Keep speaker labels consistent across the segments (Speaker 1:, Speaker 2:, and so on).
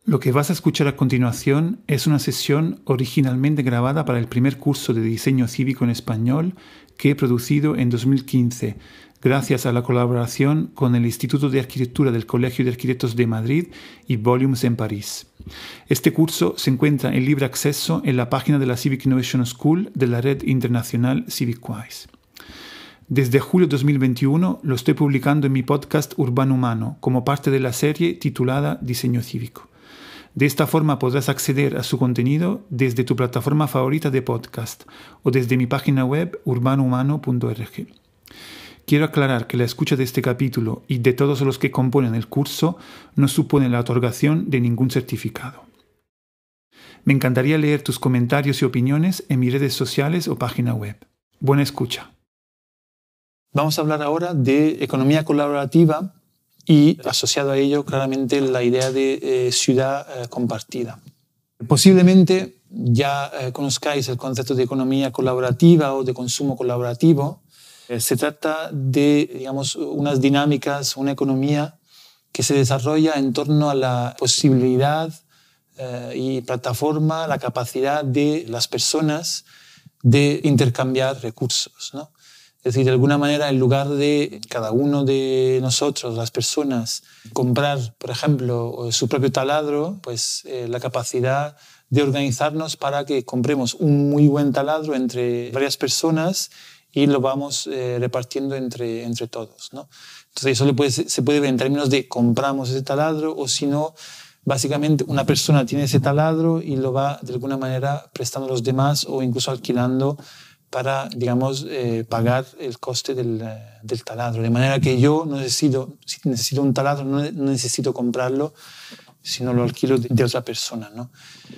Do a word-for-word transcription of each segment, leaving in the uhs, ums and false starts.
Speaker 1: Lo que vas a escuchar a continuación es una sesión originalmente grabada para el primer curso de diseño cívico en español que he producido en dos mil quince, gracias a la colaboración con el Instituto de Arquitectura del Colegio de Arquitectos de Madrid y Volumes en París. Este curso se encuentra en libre acceso en la página de la Civic Innovation School de la red internacional CivicWise. Desde julio de dos mil veintiuno lo estoy publicando en mi podcast Urbano Humano como parte de la serie titulada Diseño Cívico. De esta forma podrás acceder a su contenido desde tu plataforma favorita de podcast o desde mi página web urbano humano punto org. Quiero aclarar que la escucha de este capítulo y de todos los que componen el curso no supone la otorgación de ningún certificado. Me encantaría leer tus comentarios y opiniones en mis redes sociales o página web. Buena escucha.
Speaker 2: Vamos a hablar ahora de economía colaborativa y asociado a ello claramente la idea de eh, ciudad eh, compartida. Posiblemente ya eh, conozcáis el concepto de economía colaborativa o de consumo colaborativo. Eh, se trata de, digamos, unas dinámicas, una economía que se desarrolla en torno a la posibilidad eh, y plataforma, la capacidad de las personas de intercambiar recursos, ¿no? Es decir, de alguna manera, en lugar de cada uno de nosotros, las personas, comprar, por ejemplo, su propio taladro, pues eh, la capacidad de organizarnos para que compremos un muy buen taladro entre varias personas y lo vamos eh, repartiendo entre, entre todos, ¿no? Entonces eso le puede, se puede ver en términos de compramos ese taladro o si no, básicamente una persona tiene ese taladro y lo va de alguna manera prestando a los demás o incluso alquilando para, digamos, eh, pagar el coste del, del taladro. De manera que yo no necesito, si necesito un taladro, no, no necesito comprarlo, sino lo alquilo de, de otra persona, ¿no?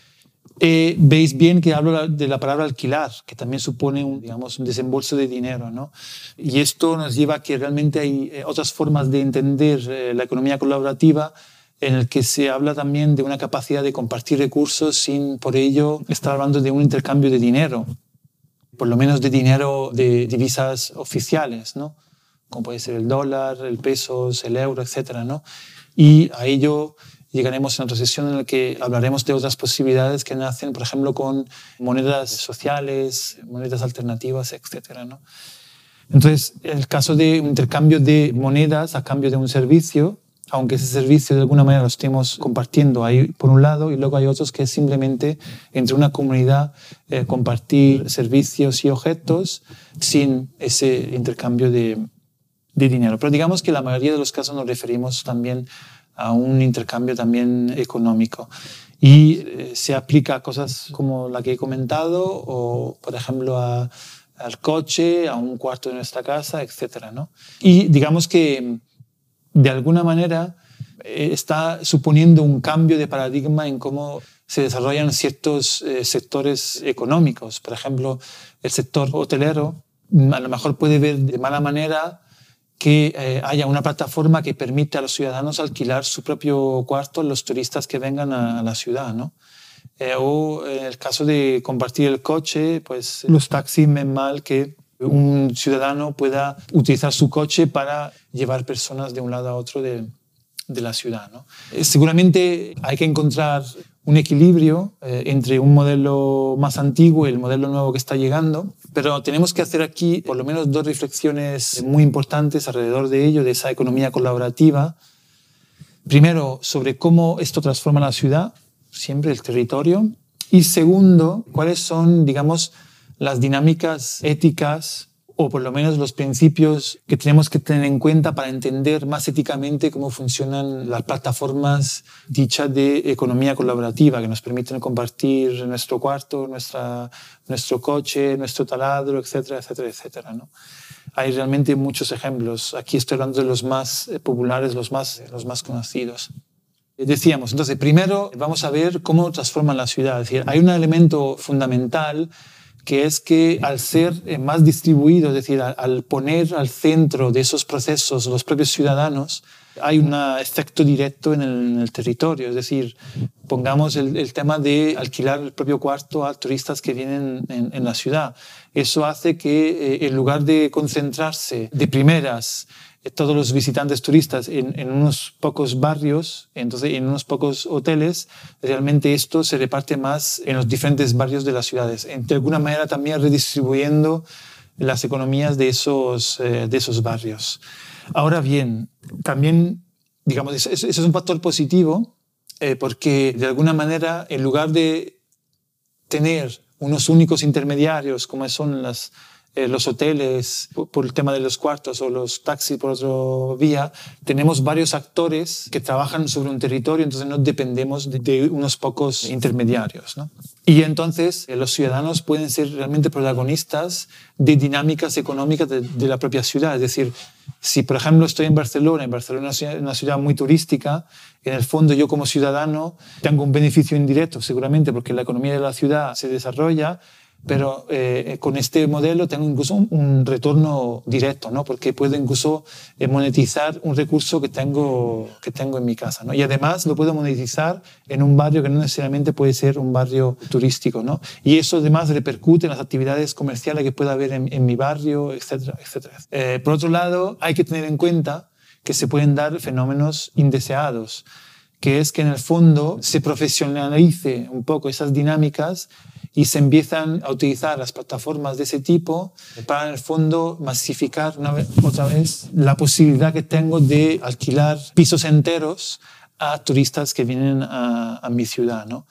Speaker 2: Eh, veis bien que hablo de la palabra alquilar, que también supone un, digamos, un desembolso de dinero, ¿no? Y esto nos lleva a que realmente hay eh, otras formas de entender eh, la economía colaborativa en el que se habla también de una capacidad de compartir recursos sin por ello estar hablando de un intercambio de dinero, por lo menos de dinero de divisas oficiales, ¿no? Como puede ser el dólar, el peso, el euro, etcétera, ¿no? Y a ello llegaremos en otra sesión en la que hablaremos de otras posibilidades que nacen, por ejemplo, con monedas sociales, monedas alternativas, etcétera, ¿no? Entonces, el caso de un intercambio de monedas a cambio de un servicio, aunque ese servicio de alguna manera lo estemos compartiendo ahí por un lado, y luego hay otros que es simplemente entre una comunidad eh, compartir servicios y objetos sin ese intercambio de, de dinero. Pero digamos que en la mayoría de los casos nos referimos también a un intercambio también económico. Y eh, se aplica a cosas como la que he comentado o, por ejemplo, a, al coche, a un cuarto de nuestra casa, etcétera, ¿no? Y digamos que de alguna manera eh, está suponiendo un cambio de paradigma en cómo se desarrollan ciertos eh, sectores económicos. Por ejemplo, el sector hotelero a lo mejor puede ver de mala manera que eh, haya una plataforma que permite a los ciudadanos alquilar su propio cuarto a los turistas que vengan a, a la ciudad, ¿no? Eh, o en el caso de compartir el coche, pues los taxis ven mal que un ciudadano pueda utilizar su coche para llevar personas de un lado a otro de, de la ciudad, ¿no? Eh, seguramente hay que encontrar un equilibrio eh, entre un modelo más antiguo y el modelo nuevo que está llegando, pero tenemos que hacer aquí por lo menos dos reflexiones muy importantes alrededor de ello, de esa economía colaborativa. Primero, sobre cómo esto transforma la ciudad, siempre el territorio, y segundo, cuáles son, digamos, las dinámicas éticas o por lo menos los principios que tenemos que tener en cuenta para entender más éticamente cómo funcionan las plataformas dichas de economía colaborativa que nos permiten compartir nuestro cuarto, nuestra, nuestro coche, nuestro taladro, etcétera, etcétera, etcétera, ¿no? Hay realmente muchos ejemplos. Aquí estoy hablando de los más populares, los más, los más conocidos. Decíamos, entonces, primero vamos a ver cómo transforman la ciudad. Es decir, hay un elemento fundamental que es que al ser más distribuido, es decir, al poner al centro de esos procesos los propios ciudadanos, hay un efecto directo en el, en el territorio. Es decir, pongamos el, el tema de alquilar el propio cuarto a turistas que vienen en, en la ciudad. Eso hace que, eh, en lugar de concentrarse de primeras todos los visitantes turistas en, en unos pocos barrios, entonces en unos pocos hoteles, realmente esto se reparte más en los diferentes barrios de las ciudades, de alguna manera también redistribuyendo las economías de esos, eh, de esos barrios. Ahora bien, también, digamos, eso, eso es un factor positivo eh, porque de alguna manera, en lugar de tener unos únicos intermediarios como son las Eh, los hoteles por, por el tema de los cuartos o los taxis por otra vía, tenemos varios actores que trabajan sobre un territorio, entonces no dependemos de, de unos pocos intermediarios, ¿no? Y entonces eh, los ciudadanos pueden ser realmente protagonistas de dinámicas económicas de, de la propia ciudad. Es decir, si por ejemplo estoy en Barcelona, en Barcelona es una ciudad muy turística, en el fondo yo como ciudadano tengo un beneficio indirecto seguramente porque la economía de la ciudad se desarrolla, pero eh, con este modelo tengo incluso un, un retorno directo, ¿no? Porque puedo incluso eh, monetizar un recurso que tengo, que tengo en mi casa, ¿no? Y además lo puedo monetizar en un barrio que no necesariamente puede ser un barrio turístico, ¿no? Y eso además repercute en las actividades comerciales que pueda haber en, en mi barrio, etcétera, etcétera. Eh, por otro lado, hay que tener en cuenta que se pueden dar fenómenos indeseados, que es que en el fondo se profesionalice un poco esas dinámicas y se empiezan a utilizar las plataformas de ese tipo para, en el fondo, masificar una vez, otra vez la posibilidad que tengo de alquilar pisos enteros a turistas que vienen a, a mi ciudad, ¿no?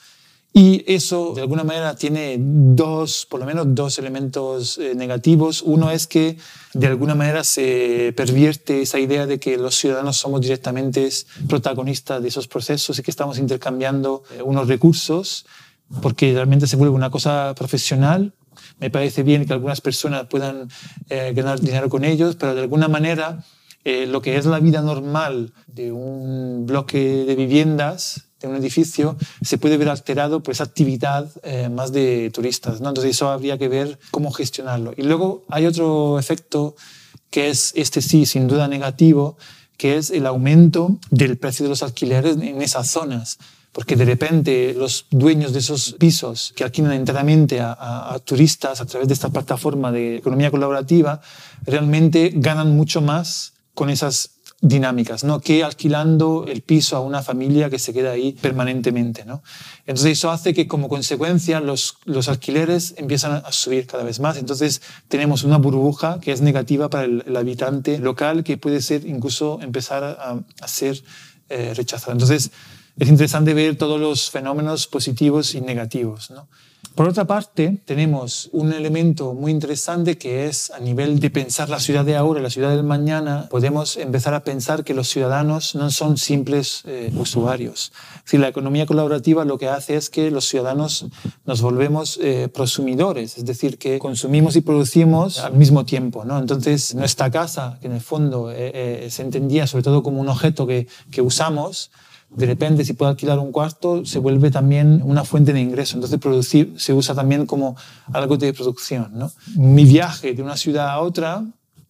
Speaker 2: Y eso, de alguna manera, tiene dos, por lo menos dos elementos eh, negativos. Uno es que, de alguna manera, se pervierte esa idea de que los ciudadanos somos directamente protagonistas de esos procesos y que estamos intercambiando eh, unos recursos, porque realmente se vuelve una cosa profesional. Me parece bien que algunas personas puedan eh, ganar dinero con ellos, pero de alguna manera eh, lo que es la vida normal de un bloque de viviendas, de un edificio, se puede ver alterado por esa actividad eh, más de turistas, ¿no? Entonces eso habría que ver cómo gestionarlo. Y luego hay otro efecto que es, este sí, sin duda negativo, que es el aumento del precio de los alquileres en esas zonas. Porque de repente los dueños de esos pisos que alquilan enteramente a, a, a turistas a través de esta plataforma de economía colaborativa realmente ganan mucho más con esas dinámicas, ¿no? Que alquilando el piso a una familia que se queda ahí permanentemente, ¿no? Entonces eso hace que como consecuencia los, los alquileres empiezan a subir cada vez más. Entonces tenemos una burbuja que es negativa para el, el habitante local, que puede ser incluso empezar a, a ser eh, rechazado. Entonces es interesante ver todos los fenómenos positivos y negativos, ¿no? Por otra parte, tenemos un elemento muy interesante que es a nivel de pensar la ciudad de ahora y la ciudad del mañana, podemos empezar a pensar que los ciudadanos no son simples eh, usuarios. Es decir, la economía colaborativa lo que hace es que los ciudadanos nos volvemos eh, prosumidores, es decir, que consumimos y producimos al mismo tiempo, ¿no? Entonces, nuestra casa, que en el fondo eh, eh, se entendía sobre todo como un objeto que, que usamos, de repente, si puedo alquilar un cuarto, se vuelve también una fuente de ingreso. Entonces, producir se usa también como algo de producción, ¿no? Mi viaje de una ciudad a otra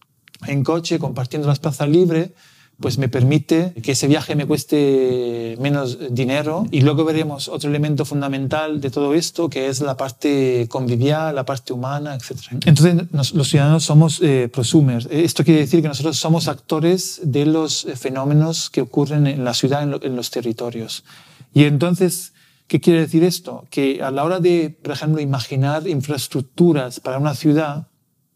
Speaker 2: en coche, compartiendo las plazas libres, pues me permite que ese viaje me cueste menos dinero. Y luego veremos otro elemento fundamental de todo esto, que es la parte convivial, la parte humana, etcétera. Entonces, nos, los ciudadanos somos eh, prosumers. Esto quiere decir que nosotros somos actores de los fenómenos que ocurren en la ciudad, en, lo, en los territorios. Y entonces, ¿qué quiere decir esto? Que a la hora de, por ejemplo, imaginar infraestructuras para una ciudad,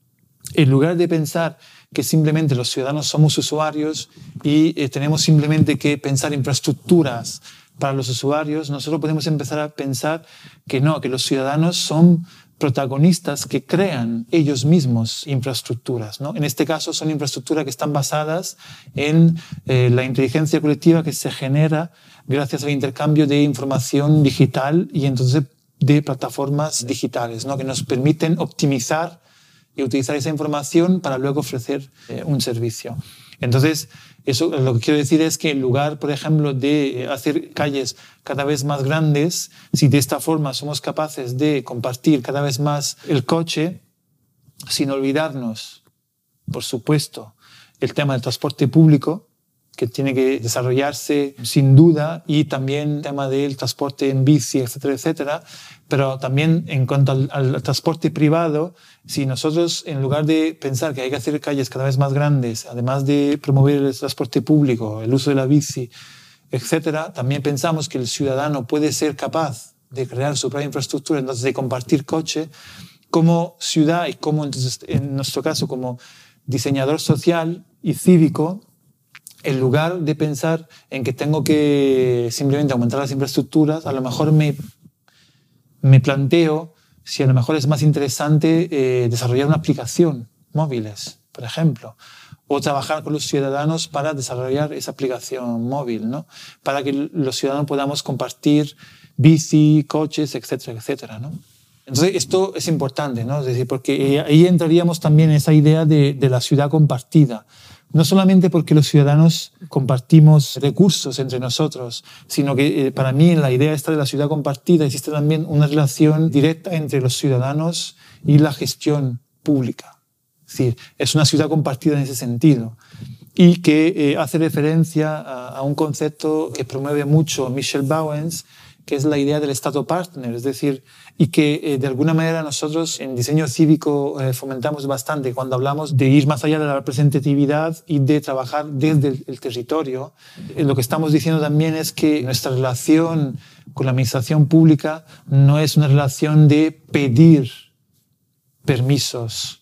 Speaker 2: en lugar de pensar que simplemente los ciudadanos somos usuarios y eh, tenemos simplemente que pensar infraestructuras para los usuarios, nosotros podemos empezar a pensar que no, que los ciudadanos son protagonistas que crean ellos mismos infraestructuras, ¿no? En este caso son infraestructuras que están basadas en eh, la inteligencia colectiva que se genera gracias al intercambio de información digital y entonces de plataformas digitales, ¿no? Que nos permiten optimizar y utilizar esa información para luego ofrecer eh, un servicio. Entonces, eso lo que quiero decir es que en lugar, por ejemplo, de hacer calles cada vez más grandes, si de esta forma somos capaces de compartir cada vez más el coche, sin olvidarnos, por supuesto, el tema del transporte público, que tiene que desarrollarse sin duda, y también el tema del transporte en bici, etcétera, etcétera. Pero también en cuanto al, al transporte privado, si nosotros, en lugar de pensar que hay que hacer calles cada vez más grandes, además de promover el transporte público, el uso de la bici, etcétera, también pensamos que el ciudadano puede ser capaz de crear su propia infraestructura, entonces de compartir coche, como ciudad y como, entonces, en nuestro caso, como diseñador social y cívico, en lugar de pensar en que tengo que simplemente aumentar las infraestructuras, a lo mejor me, me planteo si a lo mejor es más interesante eh, desarrollar una aplicación móviles, por ejemplo, o trabajar con los ciudadanos para desarrollar esa aplicación móvil, ¿no? Para que los ciudadanos podamos compartir bici, coches, etcétera, etcétera, ¿no? Entonces, esto es importante, ¿no? Es decir, porque ahí entraríamos también en esa idea de, de la ciudad compartida. No solamente porque los ciudadanos compartimos recursos entre nosotros, sino que eh, para mí en la idea esta de la ciudad compartida existe también una relación directa entre los ciudadanos y la gestión pública. Es decir, es una ciudad compartida en ese sentido, y que eh, hace referencia a, a un concepto que promueve mucho Michel Bauwens, que es la idea del Estado partner, es decir, y que eh, de alguna manera nosotros en diseño cívico eh, fomentamos bastante cuando hablamos de ir más allá de la representatividad y de trabajar desde el, el territorio. Eh, lo que estamos diciendo también es que nuestra relación con la administración pública no es una relación de pedir permisos,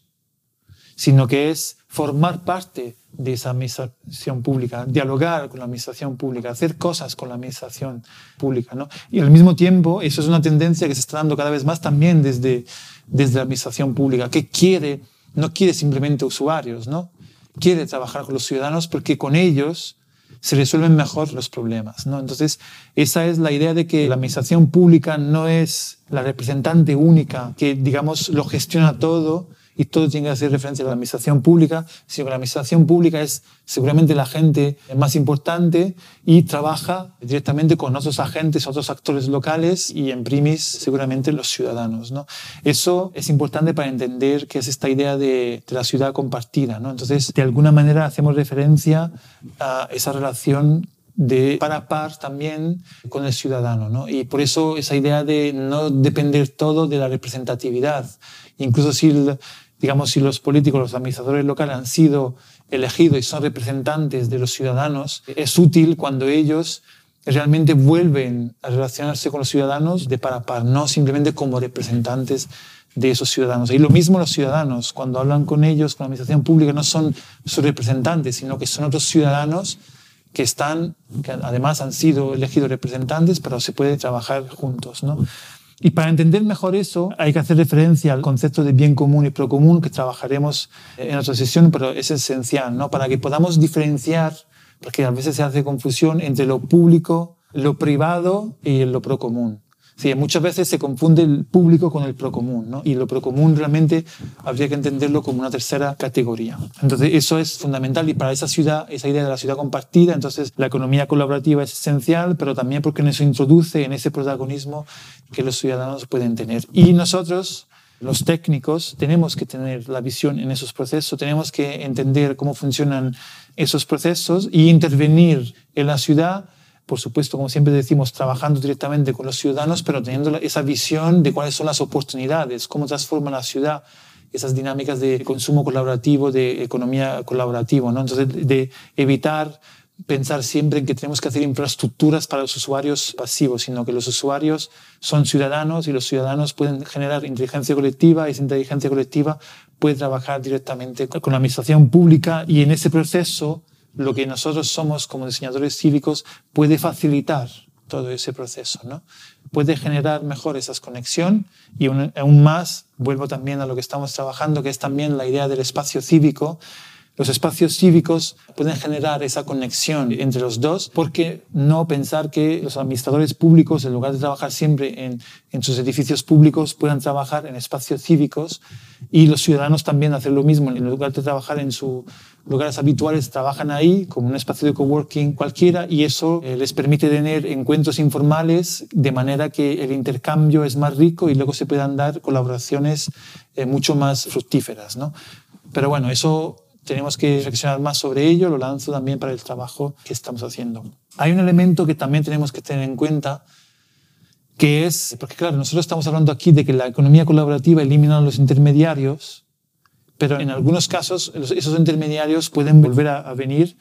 Speaker 2: sino que es formar parte de esa administración pública, dialogar con la administración pública, hacer cosas con la administración pública, ¿no? Y al mismo tiempo, eso es una tendencia que se está dando cada vez más también desde, desde la administración pública, que quiere, no quiere simplemente usuarios, ¿no? Quiere trabajar con los ciudadanos porque con ellos se resuelven mejor los problemas, ¿no? Entonces, esa es la idea de que la administración pública no es la representante única que, digamos, lo gestiona todo y todo tiene que hacer referencia a la administración pública, sino que la administración pública es seguramente la agente más importante y trabaja directamente con otros agentes, otros actores locales y en primis seguramente los ciudadanos, ¿no? Eso es importante para entender qué es esta idea de, de la ciudad compartida, ¿no? Entonces, de alguna manera hacemos referencia a esa relación de par a par también con el ciudadano, ¿no? Y por eso esa idea de no depender todo de la representatividad. Incluso si, digamos, si los políticos, los administradores locales han sido elegidos y son representantes de los ciudadanos, es útil cuando ellos realmente vuelven a relacionarse con los ciudadanos de par a par, no simplemente como representantes de esos ciudadanos. Y lo mismo los ciudadanos, cuando hablan con ellos, con la administración pública, no son sus representantes, sino que son otros ciudadanos que están, que además han sido elegidos representantes, pero se puede trabajar juntos, ¿no? Y para entender mejor eso, hay que hacer referencia al concepto de bien común y procomún, que trabajaremos en otra sesión, pero es esencial, ¿no? Para que podamos diferenciar, porque a veces se hace confusión entre lo público, lo privado y lo procomún. Sí, muchas veces se confunde el público con el procomún, ¿no? Y lo procomún realmente habría que entenderlo como una tercera categoría. Entonces, eso es fundamental, y para esa ciudad, esa idea de la ciudad compartida, entonces la economía colaborativa es esencial, pero también porque nos introduce en ese protagonismo que los ciudadanos pueden tener. Y nosotros, los técnicos, tenemos que tener la visión en esos procesos, tenemos que entender cómo funcionan esos procesos y intervenir en la ciudad, por supuesto, como siempre decimos, trabajando directamente con los ciudadanos, pero teniendo esa visión de cuáles son las oportunidades, cómo transforma la ciudad, esas dinámicas de consumo colaborativo, de economía colaborativa, ¿no? Entonces, de evitar pensar siempre en que tenemos que hacer infraestructuras para los usuarios pasivos, sino que los usuarios son ciudadanos y los ciudadanos pueden generar inteligencia colectiva, y esa inteligencia colectiva puede trabajar directamente con la administración pública, y en ese proceso lo que nosotros somos como diseñadores cívicos puede facilitar todo ese proceso, ¿no? Puede generar mejor esa conexión, y aún, aún más, vuelvo también a lo que estamos trabajando, que es también la idea del espacio cívico. Los espacios cívicos pueden generar esa conexión entre los dos, porque no pensar que los administradores públicos, en lugar de trabajar siempre en, en sus edificios públicos, puedan trabajar en espacios cívicos, y los ciudadanos también hacer lo mismo. En lugar de trabajar en sus lugares habituales, trabajan ahí como un espacio de coworking cualquiera, y eso eh, les permite tener encuentros informales, de manera que el intercambio es más rico y luego se puedan dar colaboraciones eh, mucho más fructíferas, ¿no? Pero bueno, eso tenemos que reflexionar más sobre ello, lo lanzo también para el trabajo que estamos haciendo. Hay un elemento que también tenemos que tener en cuenta, que es, porque claro, nosotros estamos hablando aquí de que la economía colaborativa elimina los intermediarios, pero en algunos casos esos intermediarios pueden volver a, a venir,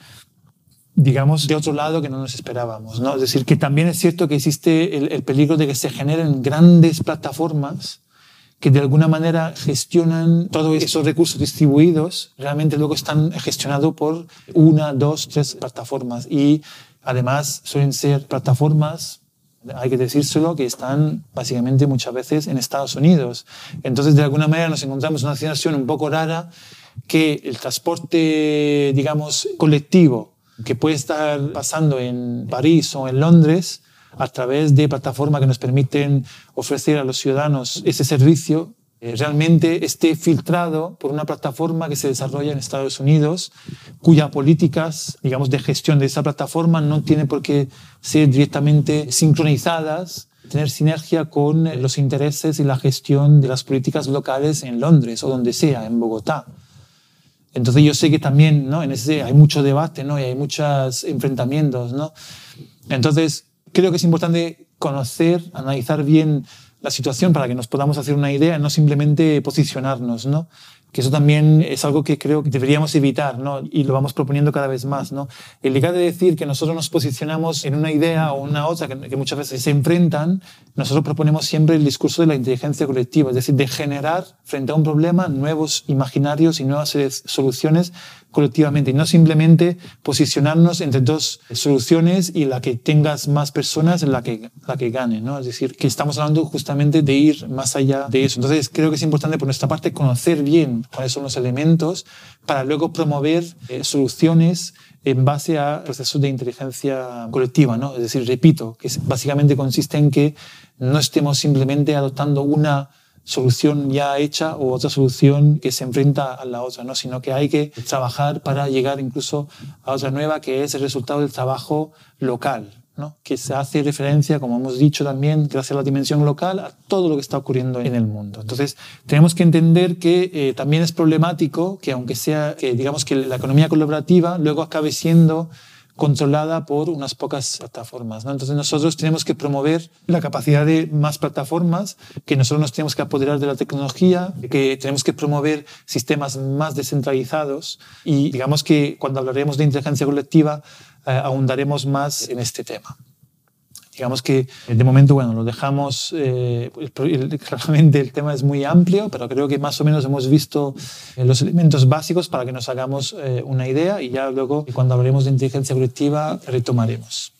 Speaker 2: digamos, de otro lado que no nos esperábamos, ¿no? Es decir, que también es cierto que existe el, el peligro de que se generen grandes plataformas que de alguna manera gestionan todos esos recursos distribuidos, realmente luego están gestionados por una, dos, tres plataformas. Y además suelen ser plataformas, hay que decírselo, que están básicamente muchas veces en Estados Unidos. Entonces, de alguna manera nos encontramos en una situación un poco rara que el transporte, digamos, colectivo, que puede estar pasando en París o en Londres, a través de plataformas que nos permiten ofrecer a los ciudadanos ese servicio, eh, realmente esté filtrado por una plataforma que se desarrolla en Estados Unidos, cuyas políticas, digamos, de gestión de esa plataforma no tienen por qué ser directamente sincronizadas, tener sinergia con los intereses y la gestión de las políticas locales en Londres o donde sea, en Bogotá. Entonces yo sé que también, ¿no?, en ese hay mucho debate, ¿no?, y hay muchos enfrentamientos, ¿no? Entonces creo que es importante conocer, analizar bien la situación para que nos podamos hacer una idea, no simplemente posicionarnos, ¿no? Que eso también es algo que creo que deberíamos evitar, ¿no? Y lo vamos proponiendo cada vez más, ¿no? El llegar de decir que nosotros nos posicionamos en una idea o una otra que, que muchas veces se enfrentan, nosotros proponemos siempre el discurso de la inteligencia colectiva, es decir, de generar frente a un problema nuevos imaginarios y nuevas soluciones colectivamente, y no simplemente posicionarnos entre dos soluciones y la que tengas más personas en la que, la que gane, ¿no? Es decir, que estamos hablando justamente de ir más allá de eso. Entonces creo que es importante por nuestra parte conocer bien cuáles son los elementos para luego promover eh, soluciones en base a procesos de inteligencia colectiva, ¿no? Es decir, repito, que básicamente consiste en que no estemos simplemente adoptando una solución ya hecha o otra solución que se enfrenta a la otra, ¿no? Sino que hay que trabajar para llegar incluso a otra nueva, que es el resultado del trabajo local, ¿no? Que se hace referencia, como hemos dicho también, gracias a la dimensión local, a todo lo que está ocurriendo en el mundo. Entonces, tenemos que entender que eh, también es problemático que, aunque sea, que digamos que la economía colaborativa luego acabe siendo controlada por unas pocas plataformas, ¿no? Entonces nosotros tenemos que promover la capacidad de más plataformas, que nosotros nos tenemos que apoderar de la tecnología, que tenemos que promover sistemas más descentralizados y digamos que cuando hablaremos de inteligencia colectiva eh, ahondaremos más en este tema. Digamos que de momento, bueno, lo dejamos, eh, el, claramente el tema es muy amplio, pero creo que más o menos hemos visto eh, los elementos básicos para que nos hagamos eh, una idea y ya luego, cuando hablaremos de inteligencia colectiva, retomaremos.